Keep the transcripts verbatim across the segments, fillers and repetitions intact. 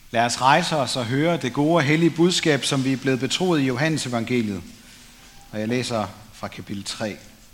Lad os rejse os og høre det gode og hellige budskab, som vi er blevet betroet i Johannes evangeliet. Og jeg læser fra kapitel tre.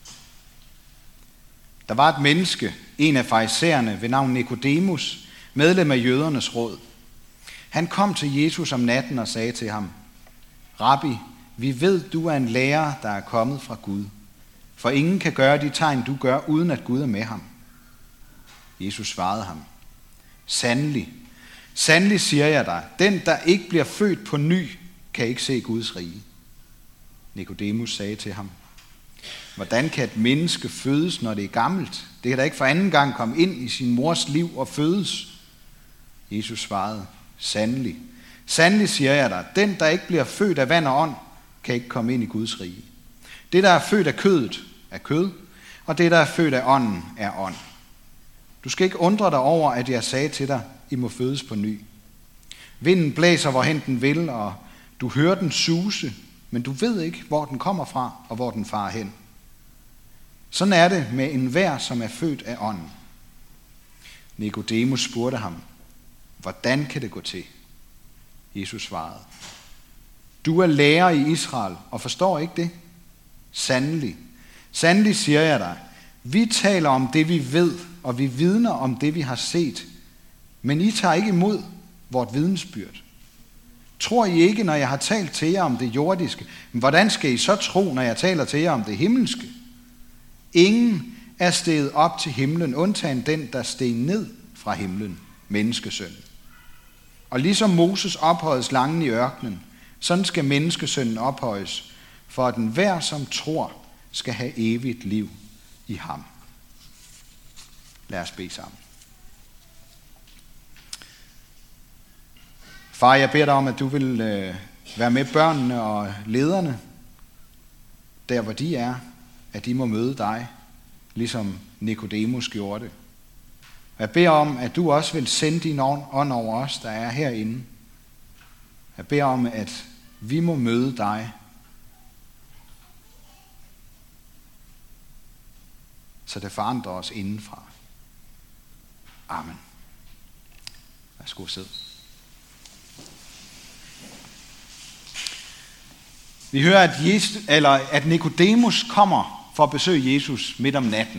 Der var et menneske, en af farisæerne ved navn Nikodemus, medlem af jødernes råd. Han kom til Jesus om natten og sagde til ham: Rabbi, vi ved, du er en lærer, der er kommet fra Gud. For ingen kan gøre de tegn, du gør, uden at Gud er med ham. Jesus svarede ham: Sandelig, sandelig siger jeg dig, den, der ikke bliver født på ny, kan ikke se Guds rige. Nikodemus sagde til ham: Hvordan kan et menneske fødes, når det er gammelt? Det kan da ikke for anden gang komme ind i sin mors liv og fødes. Jesus svarede: Sandelig, sandelig siger jeg dig, den, der ikke bliver født af vand og ånd, kan ikke komme ind i Guds rige. Det, der er født af kødet, er kød, og det, der er født af ånden, er ånd. Du skal ikke undre dig over, at jeg sagde til dig, I må fødes på ny. Vinden blæser, hvorhen den vil, og du hører den suse, men du ved ikke, hvor den kommer fra, og hvor den farer hen. Sådan er det med enhver, som er født af ånden. Nikodemus spurgte ham: Hvordan kan det gå til? Jesus svarede: Du er lærer i Israel, og forstår ikke det? Sandelig, sandelig siger jeg dig, vi taler om det, vi ved, og vi vidner om det, vi har set, men I tager ikke imod vort vidnesbyrd. Tror I ikke, når jeg har talt til jer om det jordiske, men hvordan skal I så tro, når jeg taler til jer om det himmelske? Ingen er steget op til himlen, undtagen den, der steg ned fra himlen, menneskesønnen. Og ligesom Moses ophøjes slangen i ørkenen, sådan skal menneskesønnen ophøjes, for at enhver, som tror, skal have evigt liv i ham. Lad os bede sammen. Far, jeg beder dig om, at du vil øh, være med børnene og lederne, der hvor de er, at de må møde dig, ligesom Nikodemus gjorde det. Jeg beder om, at du også vil sende din ånd over os, der er herinde. Jeg beder om, at vi må møde dig, så det forandrer os indenfra. Amen. Værsgo, sid. Vi hører, at, Jesus, eller at Nikodemus kommer for at besøge Jesus midt om natten.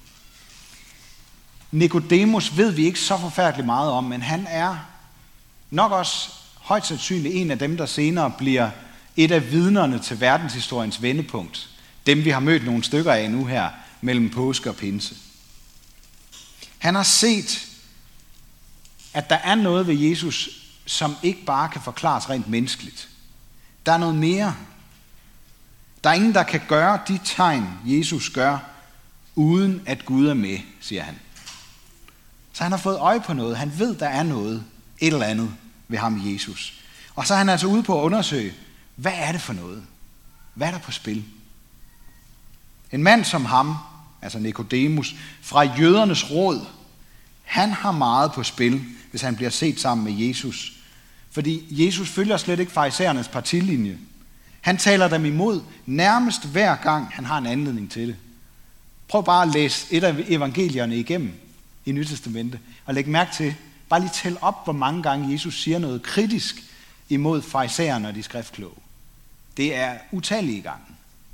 Nikodemus ved vi ikke så forfærdeligt meget om, men han er nok også højst sandsynligt en af dem, der senere bliver et af vidnerne til verdenshistoriens vendepunkt. Dem vi har mødt nogle stykker af nu her mellem påske og pinse. Han har set, at der er noget ved Jesus, som ikke bare kan forklares rent menneskeligt. Der er noget mere. Der er ingen, der kan gøre de tegn, Jesus gør, uden at Gud er med, siger han. Så han har fået øje på noget. Han ved, der er noget, et eller andet ved ham, Jesus. Og så er han altså ude på at undersøge, hvad er det for noget? Hvad er der på spil? En mand som ham, altså Nikodemus, fra jødernes råd, han har meget på spil, hvis han bliver set sammen med Jesus. Fordi Jesus følger slet ikke farisæernes partilinje. Han taler dem imod nærmest hver gang, han har en anledning til det. Prøv bare at læse et af evangelierne igennem i Nyt Testamente, og læg mærke til, bare lige tæl op, hvor mange gange Jesus siger noget kritisk imod farisæerne og de skriftkloge. Det er utallige gange.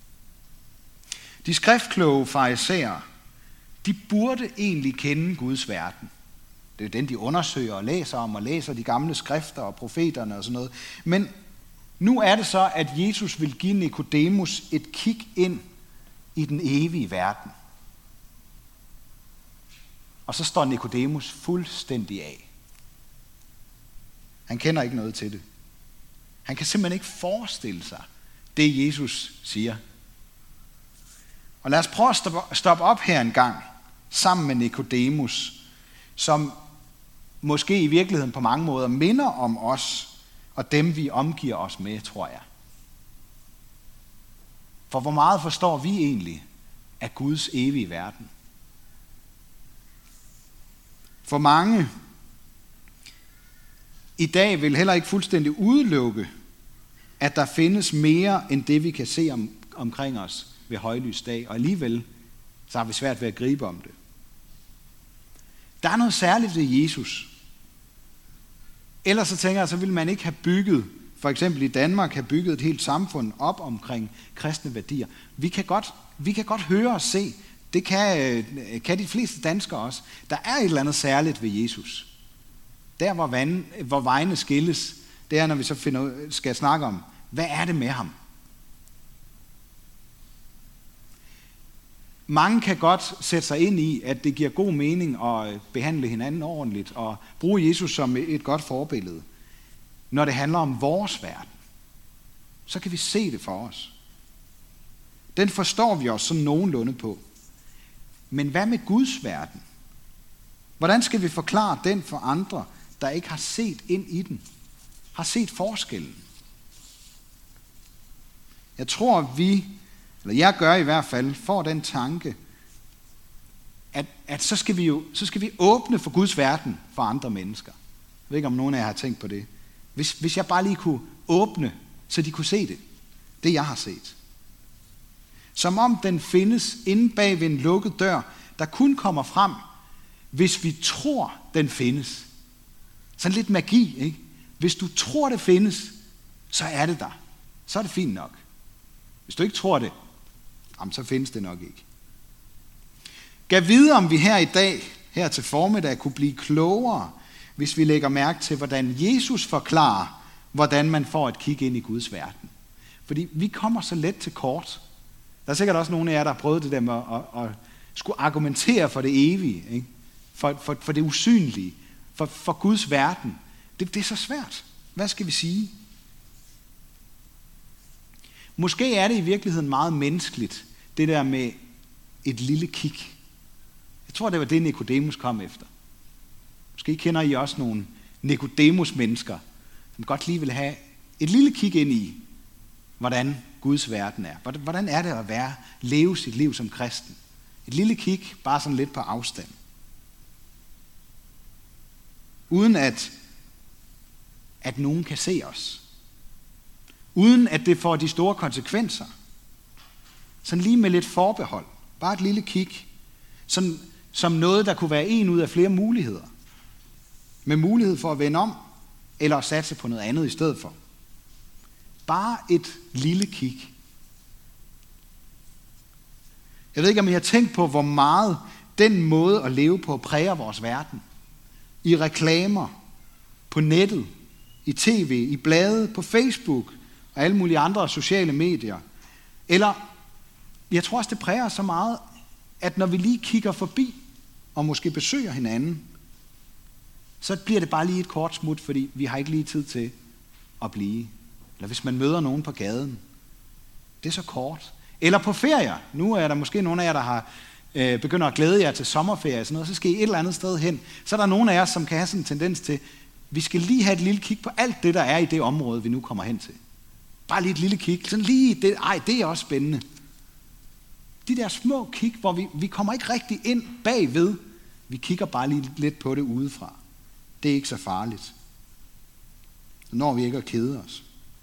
De skriftkloge farisæere, de burde egentlig kende Guds verden. Det er den, de undersøger og læser om, og læser de gamle skrifter og profeterne og sådan noget. Men nu er det så, at Jesus vil give Nikodemus et kig ind i den evige verden. Og så står Nikodemus fuldstændig af. Han kender ikke noget til det. Han kan simpelthen ikke forestille sig det, Jesus siger. Og lad os prøve at stoppe op her en gang, sammen med Nikodemus, som måske i virkeligheden på mange måder minder om os, og dem vi omgiver os med, tror jeg. For hvor meget forstår vi egentlig af Guds evige verden? For mange i dag vil heller ikke fuldstændig udelukke, at der findes mere end det, vi kan se om, omkring os ved højlysdag, og alligevel så har vi svært ved at gribe om det. Der er noget særligt ved Jesus. Ellers så tænker jeg, så ville man ikke have bygget, for eksempel i Danmark, have bygget et helt samfund op omkring kristne værdier. Vi kan godt, vi kan godt høre og se, det kan, kan de fleste danskere også. Der er et eller andet særligt ved Jesus. Der, hvor, vand, hvor vejene skilles, det er, når vi så finder, skal snakke om, hvad er det med ham? Mange kan godt sætte sig ind i, at det giver god mening at behandle hinanden ordentligt og bruge Jesus som et godt forbillede. Når det handler om vores verden, så kan vi se det for os. Den forstår vi os sådan nogenlunde på. Men hvad med Guds verden? Hvordan skal vi forklare den for andre, der ikke har set ind i den, har set forskellen? Jeg tror, vi, eller jeg gør i hvert fald, får den tanke, at, at så, skal vi jo, så skal vi åbne for Guds verden for andre mennesker. Jeg ved ikke, om nogen af jer har tænkt på det. Hvis, hvis jeg bare lige kunne åbne, så de kunne se det. Det, jeg har set. Som om den findes inde bag ved en lukket dør, der kun kommer frem, hvis vi tror, den findes. Sådan lidt magi, ikke? Hvis du tror, det findes, så er det der. Så er det fint nok. Hvis du ikke tror det, jamen, så findes det nok ikke. Gav vide, om vi her i dag, her til formiddag, kunne blive klogere, hvis vi lægger mærke til, hvordan Jesus forklarer, hvordan man får et kig ind i Guds verden. Fordi vi kommer så let til kort. Der er sikkert også nogle af jer, der har prøvet det der med at, at, at skulle argumentere for det evige, ikke? For, for, for det usynlige, for, for Guds verden. Det, det er så svært. Hvad skal vi sige? Måske er det i virkeligheden meget menneskeligt, det der med et lille kig. Jeg tror, det var det, Nikodemus kom efter. Måske kender I også nogle Nikodemus-mennesker, som godt lige vil have et lille kig ind i, hvordan Guds verden er. Hvordan er det at være, leve sit liv som kristen? Et lille kig, bare sådan lidt på afstand. Uden at, at nogen kan se os. Uden at det får de store konsekvenser. Sådan lige med lidt forbehold. Bare et lille kig. Sådan, som noget, der kunne være en ud af flere muligheder. Med mulighed for at vende om, eller at satse på noget andet i stedet for. Bare et lille kig. Jeg ved ikke, om I har tænkt på, hvor meget den måde at leve på præger vores verden. I reklamer, på nettet, i tv, i blade, på Facebook og alle mulige andre sociale medier. Eller, jeg tror også, det præger så meget, at når vi lige kigger forbi og måske besøger hinanden, så bliver det bare lige et kort smut, fordi vi har ikke lige tid til at blive. Eller hvis man møder nogen på gaden. Det er så kort. Eller på ferier. Nu er der måske nogle af jer, der har øh, begynder at glæde jer til sommerferie og sådan noget. Så skal I et eller andet sted hen. Så er der nogle af jer, som kan have sådan en tendens til, vi skal lige have et lille kig på alt det, der er i det område, vi nu kommer hen til. Bare lige et lille kig. Sådan lige det, ej, det er også spændende. De der små kig, hvor vi, vi kommer ikke rigtig ind bagved. Vi kigger bare lige lidt på det udefra. Det er ikke så farligt. Når vi ikke at kede os.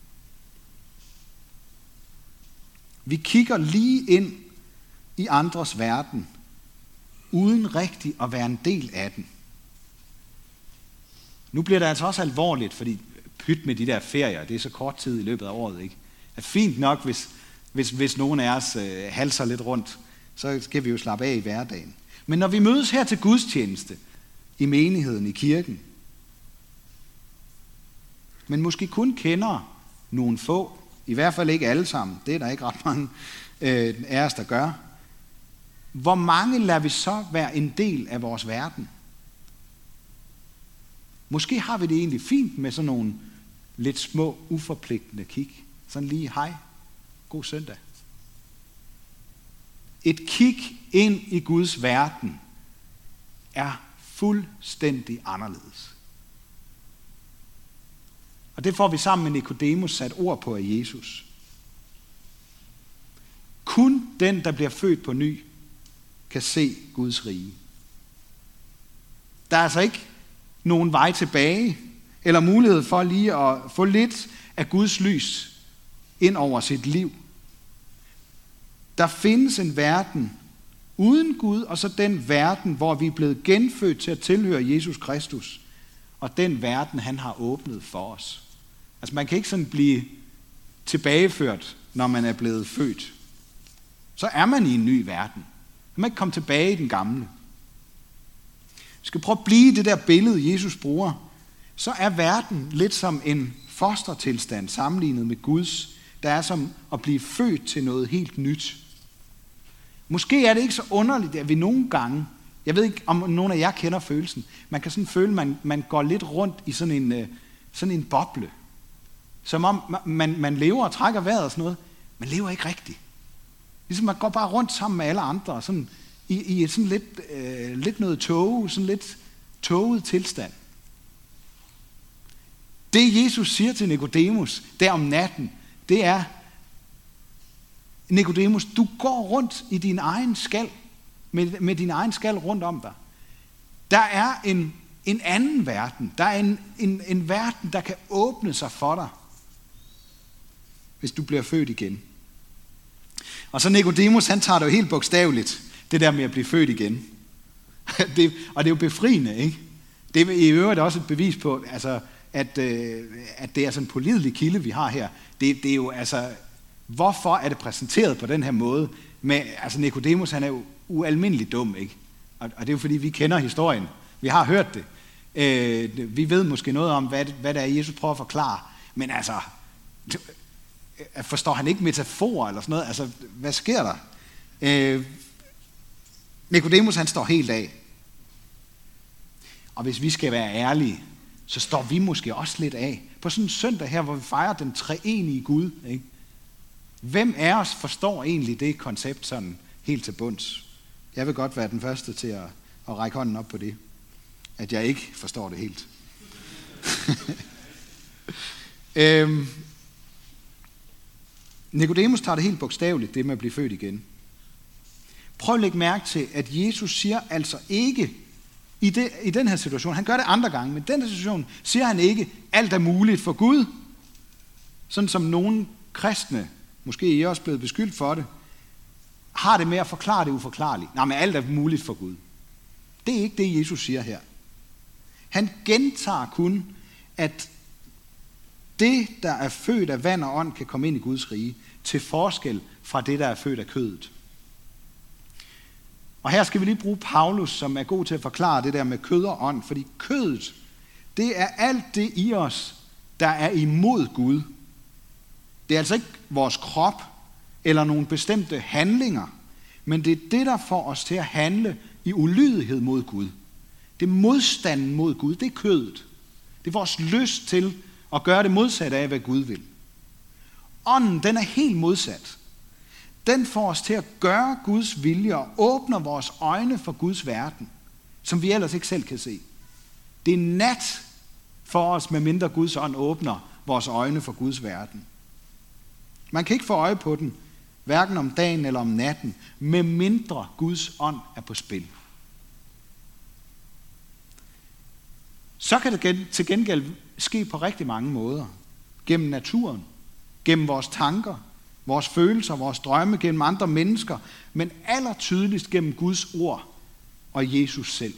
Vi kigger lige ind i andres verden, uden rigtig at være en del af den. Nu bliver det altså også alvorligt, fordi pyt med de der ferier, det er så kort tid i løbet af året, ikke? Det er fint nok, hvis, hvis, hvis nogen af os øh, halser lidt rundt, så skal vi jo slappe af i hverdagen. Men når vi mødes her til gudstjeneste, i menigheden, i kirken, men måske kun kender nogle få, i hvert fald ikke alle sammen, det er der ikke ret mange øh, af os, der gør. Hvor mange lader vi så være en del af vores verden? Måske har vi det egentlig fint med sådan nogle lidt små, uforpligtende kig. Sådan lige, hej, god søndag. Et kig ind i Guds verden er fuldstændig anderledes. Og det får vi sammen med Nikodemus sat ord på af Jesus. Kun den, der bliver født på ny, kan se Guds rige. Der er altså ikke nogen vej tilbage, eller mulighed for lige at få lidt af Guds lys ind over sit liv. Der findes en verden uden Gud, og så den verden, hvor vi er blevet genfødt til at tilhøre Jesus Kristus. og den verden, han har åbnet for os. Altså man kan ikke sådan blive tilbageført, når man er blevet født. Så er man i en ny verden. Man kan ikke komme tilbage i den gamle. Vi skal prøve at blive det der billede, Jesus bruger. Så er verden lidt som en fostertilstand sammenlignet med Guds, der er som at blive født til noget helt nyt. Måske er det ikke så underligt, at vi nogle gange, jeg ved ikke, om nogen af jer kender følelsen, man kan sådan føle, at man, man går lidt rundt i sådan en, sådan en boble. Som om man, man lever og trækker vejret og sådan noget. Man lever ikke rigtigt. Ligesom man går bare rundt sammen med alle andre, sådan, i, i et sådan lidt, øh, lidt noget tåge, sådan lidt tåget tilstand. Det Jesus siger til Nikodemus der om natten, det er, Nikodemus, du går rundt i din egen skal, med, med din egen skal rundt om dig. Der er en, en anden verden. Der er en, en, en verden, der kan åbne sig for dig, hvis du bliver født igen. Og så Nikodemus, han tager det jo helt bogstaveligt, det der med at blive født igen. det, og det er jo befriende, ikke? Det er i øvrigt også et bevis på, altså, at, øh, at det er sådan en pålidelig kilde, vi har her. Det, det er jo altså, hvorfor er det præsenteret på den her måde? Med, altså Nikodemus, han er jo ualmindelig dum, ikke? Og, og det er jo fordi, vi kender historien. Vi har hørt det. Øh, vi ved måske noget om, hvad, hvad det er, Jesus prøver at forklare. Men altså, forstår han ikke metaforer eller sådan noget? Altså, hvad sker der? Øh, Nikodemus, han står helt af. Og hvis vi skal være ærlige, så står vi måske også lidt af. På sådan en søndag her, hvor vi fejrer den treenige Gud, ikke? Hvem af os forstår egentlig det koncept sådan helt til bunds? Jeg vil godt være den første til at, at række hånden op på det. At jeg ikke forstår det helt. øhm, Nikodemus tager det helt bogstaveligt, det med at blive født igen. Prøv at lægge mærke til, at Jesus siger altså ikke, i, det, i den her situation, han gør det andre gange, men i den her situation siger han ikke, alt er muligt for Gud. Sådan som nogle kristne, måske I er også blevet beskyldt for det, har det med at forklare det uforklarligt. Nej, men alt er muligt for Gud. Det er ikke det, Jesus siger her. Han gentager kun, at det, der er født af vand og ånd, kan komme ind i Guds rige, til forskel fra det, der er født af kødet. Og her skal vi lige bruge Paulus, som er god til at forklare det der med kød og ånd, fordi kødet, det er alt det i os, der er imod Gud. Det er altså ikke vores krop eller nogle bestemte handlinger, men det er det, der får os til at handle i ulydighed mod Gud. Det er modstanden mod Gud, det er kødet. Det er vores lyst til at gøre det modsatte af, hvad Gud vil. Ånden, den er helt modsat. Den får os til at gøre Guds vilje og åbner vores øjne for Guds verden, som vi ellers ikke selv kan se. Det er nat for os, medmindre Guds ånd åbner vores øjne for Guds verden. Man kan ikke få øje på den, hverken om dagen eller om natten, medmindre Guds ånd er på spil. Så kan det til gengæld ske på rigtig mange måder. Gennem naturen, gennem vores tanker, vores følelser, vores drømme, gennem andre mennesker, men allertydeligst gennem Guds ord og Jesus selv.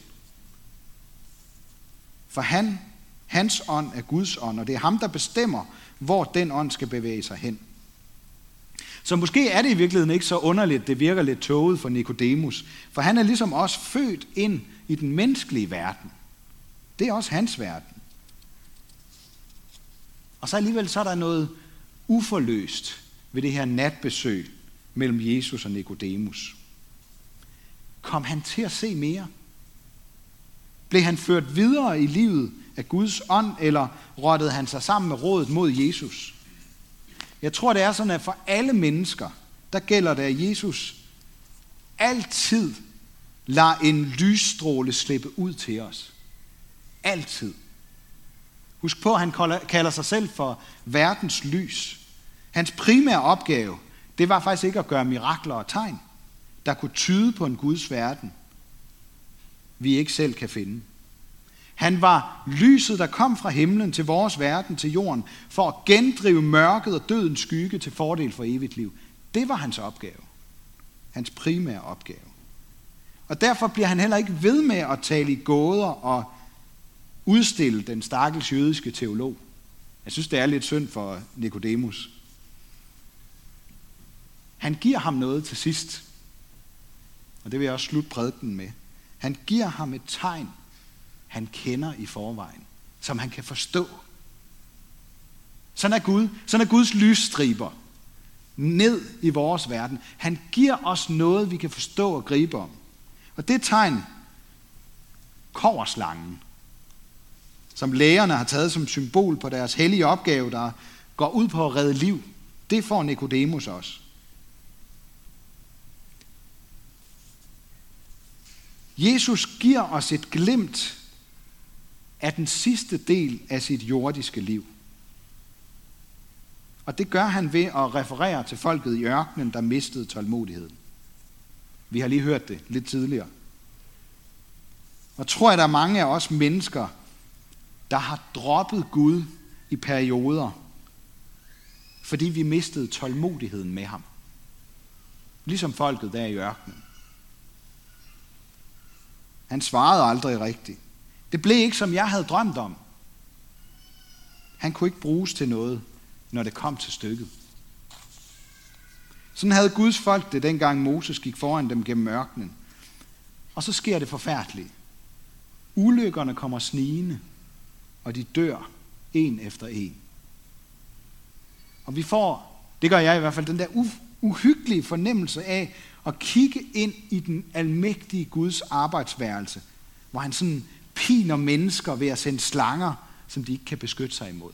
For han, hans ånd er Guds ånd, og det er ham, der bestemmer, hvor den ånd skal bevæge sig hen. Så måske er det i virkeligheden ikke så underligt, det virker lidt tåget for Nikodemus, for han er ligesom også født ind i den menneskelige verden. Det er også hans verden. Og så alligevel så er der noget uforløst ved det her natbesøg mellem Jesus og Nikodemus. Kom han til at se mere? Blev han ført videre i livet af Guds ånd, eller rottede han sig sammen med rådet mod Jesus? Jeg tror, det er sådan, at for alle mennesker, der gælder det, at Jesus altid lader en lysstråle slippe ud til os. Altid. Husk på, at han kalder sig selv for verdens lys. Hans primære opgave, det var faktisk ikke at gøre mirakler og tegn, der kunne tyde på en Guds verden, vi ikke selv kan finde. Han var lyset, der kom fra himlen til vores verden, til jorden, for at gendrive mørket og dødens skygge til fordel for evigt liv. Det var hans opgave. Hans primære opgave. Og derfor bliver han heller ikke ved med at tale i gåder og udstille den stakkels jødiske teolog. Jeg synes, det er lidt synd for Nikodemus. Han giver ham noget til sidst, og det vil jeg også slutte prædiken med. Han giver ham et tegn, han kender i forvejen, som han kan forstå. Sådan er Gud. Sådan er Guds lysstriber ned i vores verden. Han giver os noget, vi kan forstå og gribe om. Og det tegn, kobberslangen, som lægerne har taget som symbol på deres hellige opgave, der går ud på at redde liv, det får Nikodemus også. Jesus giver os et glimt af den sidste del af sit jordiske liv. Og det gør han ved at referere til folket i ørkenen, der mistede tålmodigheden. Vi har lige hørt det lidt tidligere. Og tror jeg, der er mange af os mennesker, der har droppet Gud i perioder, fordi vi mistede tålmodigheden med ham. Ligesom folket der i ørkenen. Han svarede aldrig rigtigt. Det blev ikke, som jeg havde drømt om. Han kunne ikke bruges til noget, når det kom til stykket. Sådan havde Guds folk det, dengang Moses gik foran dem gennem ørkenen. Og så sker det forfærdeligt. Ulykkerne kommer snigende, og de dør en efter en. Og vi får, det gør jeg i hvert fald, den der uhyggelige fornemmelse af at kigge ind i den almægtige Guds arbejdsværelse, hvor han sådan piner mennesker ved at sende slanger, som de ikke kan beskytte sig imod.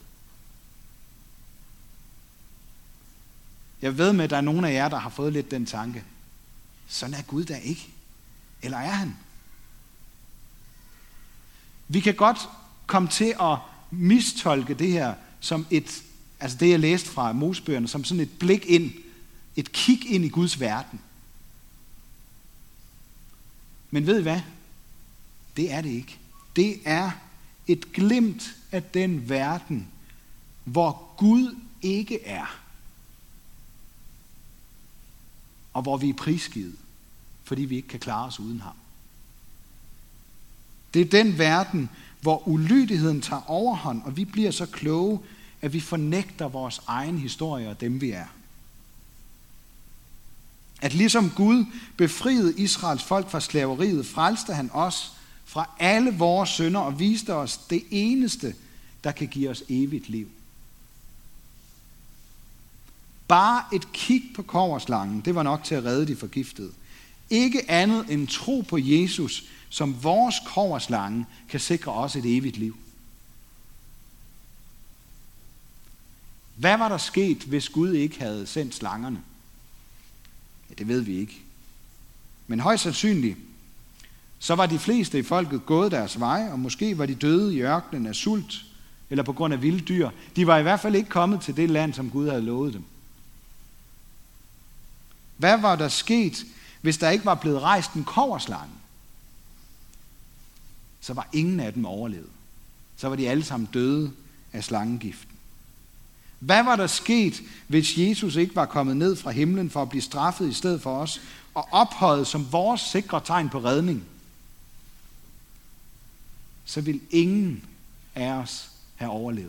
Jeg ved med, at der er nogle af jer, der har fået lidt den tanke. Sådan er Gud da ikke. Eller er han? Vi kan godt komme til at mistolke det her som et, altså det jeg læste fra Mosebøgerne, som sådan et blik ind, et kig ind i Guds verden. Men ved I hvad? Det er det ikke. Det er et glimt af den verden, hvor Gud ikke er. Og hvor vi er prisgivet, fordi vi ikke kan klare os uden ham. Det er den verden, hvor ulydigheden tager overhånd, og vi bliver så kloge, at vi fornægter vores egen historie og dem vi er. At ligesom Gud befriede Israels folk fra slaveriet, frelste han os fra alle vores synder og viste os det eneste, der kan give os evigt liv. Bare et kig på kobberslangen, det var nok til at redde de forgiftede. Ikke andet end tro på Jesus, som vores kobberslange kan sikre os et evigt liv. Hvad var der sket, hvis Gud ikke havde sendt slangerne? Ja, det ved vi ikke. Men højst sandsynligt, så var de fleste i folket gået deres vej, og måske var de døde i ørkenen af sult, eller på grund af vilde dyr. De var i hvert fald ikke kommet til det land, som Gud havde lovet dem. Hvad var der sket, hvis der ikke var blevet rejst en kobberslange? Så var ingen af dem overlevet. Så var de alle sammen døde af slangegiften. Hvad var der sket, hvis Jesus ikke var kommet ned fra himlen for at blive straffet i stedet for os, og ophøjet som vores sikre tegn på redning? Så vil ingen af os have overlevet.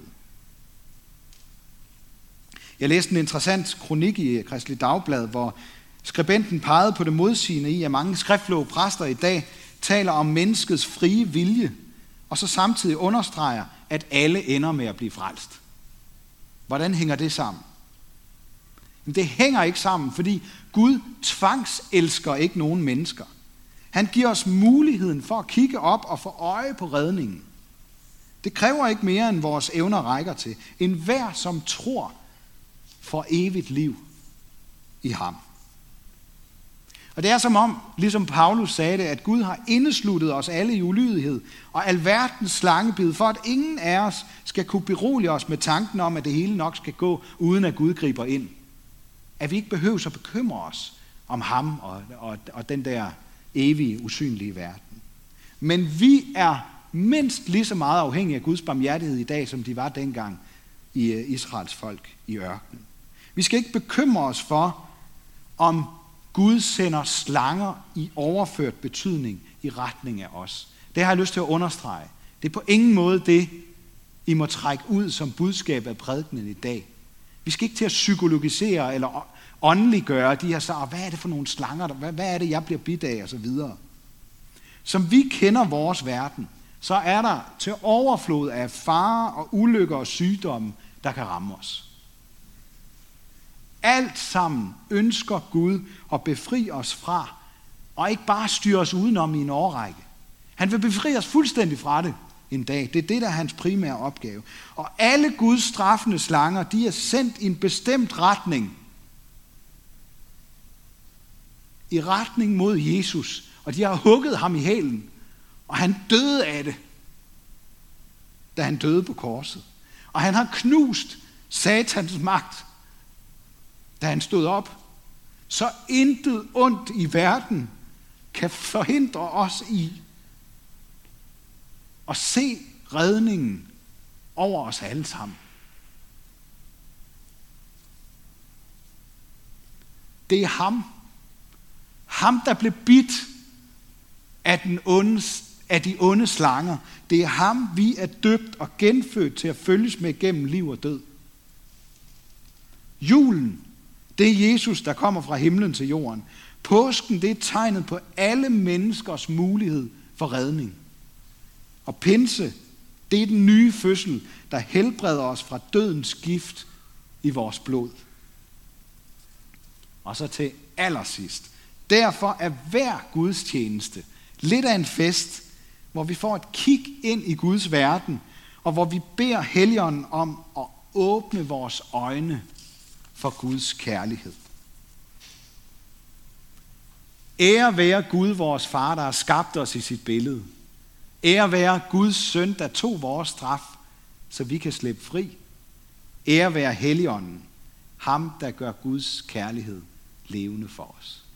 Jeg læste en interessant kronik i Kristeligt Dagblad, hvor skribenten pegede på det modsigende i, at mange skriftlåge præster i dag taler om menneskets frie vilje, og så samtidig understreger, at alle ender med at blive frelst. Hvordan hænger det sammen? Men det hænger ikke sammen, fordi Gud tvangselsker ikke nogen mennesker. Han giver os muligheden for at kigge op og få øje på redningen. Det kræver ikke mere, end vores evner rækker til. En hver, som tror, får evigt liv i ham. Og det er som om, ligesom Paulus sagde det, at Gud har indesluttet os alle i ulydighed og alverdens slangebid, for at ingen af os skal kunne berolige os med tanken om, at det hele nok skal gå, uden at Gud griber ind. At vi ikke behøver at bekymre os om ham og, og, og den der evige, usynlige verden. Men vi er mindst lige så meget afhængige af Guds barmhjertighed i dag, som de var dengang i Israels folk i ørkenen. Vi skal ikke bekymre os for, om Gud sender slanger i overført betydning i retning af os. Det har jeg lyst til at understrege. Det er på ingen måde det, I må trække ud som budskab af prædikenen i dag. Vi skal ikke til at psykologisere eller åndeliggøre de her sager. Hvad er det for nogle slanger? Hvad, hvad er det, jeg bliver bidt af? Og så videre. Som vi kender vores verden, så er der til overflod af farer og ulykker og sygdomme, der kan ramme os. Alt sammen ønsker Gud at befri os fra, og ikke bare styre os udenom i en årrække. Han vil befri os fuldstændig fra det en dag. Det er det, der er hans primære opgave. Og alle Guds straffende slanger, de er sendt i en bestemt retning. I retning mod Jesus. Og de har hugget ham i hælen. Og han døde af det, da han døde på korset. Og han har knust Satans magt, da han stod op. Så intet ondt i verden kan forhindre os i at se redningen over os alle sammen. Det er ham. Ham, der blev bidt af, den onde, af de onde slanger. Det er ham, vi er døbt og genfødt til at følges med gennem liv og død. Julen, det er Jesus, der kommer fra himlen til jorden. Påsken, det er tegnet på alle menneskers mulighed for redning. Og pinse, det er den nye fødsel, der helbreder os fra dødens gift i vores blod. Og så til allersidst. Derfor er hver gudstjeneste lidt af en fest, hvor vi får et kig ind i Guds verden, og hvor vi beder Helligånden om at åbne vores øjne for Guds kærlighed. Ære være Gud, vores far, der har skabt os i sit billede. Ære være Guds søn, der tog vores straf, så vi kan slippe fri. Ære være Helligånden, ham der gør Guds kærlighed levende for os.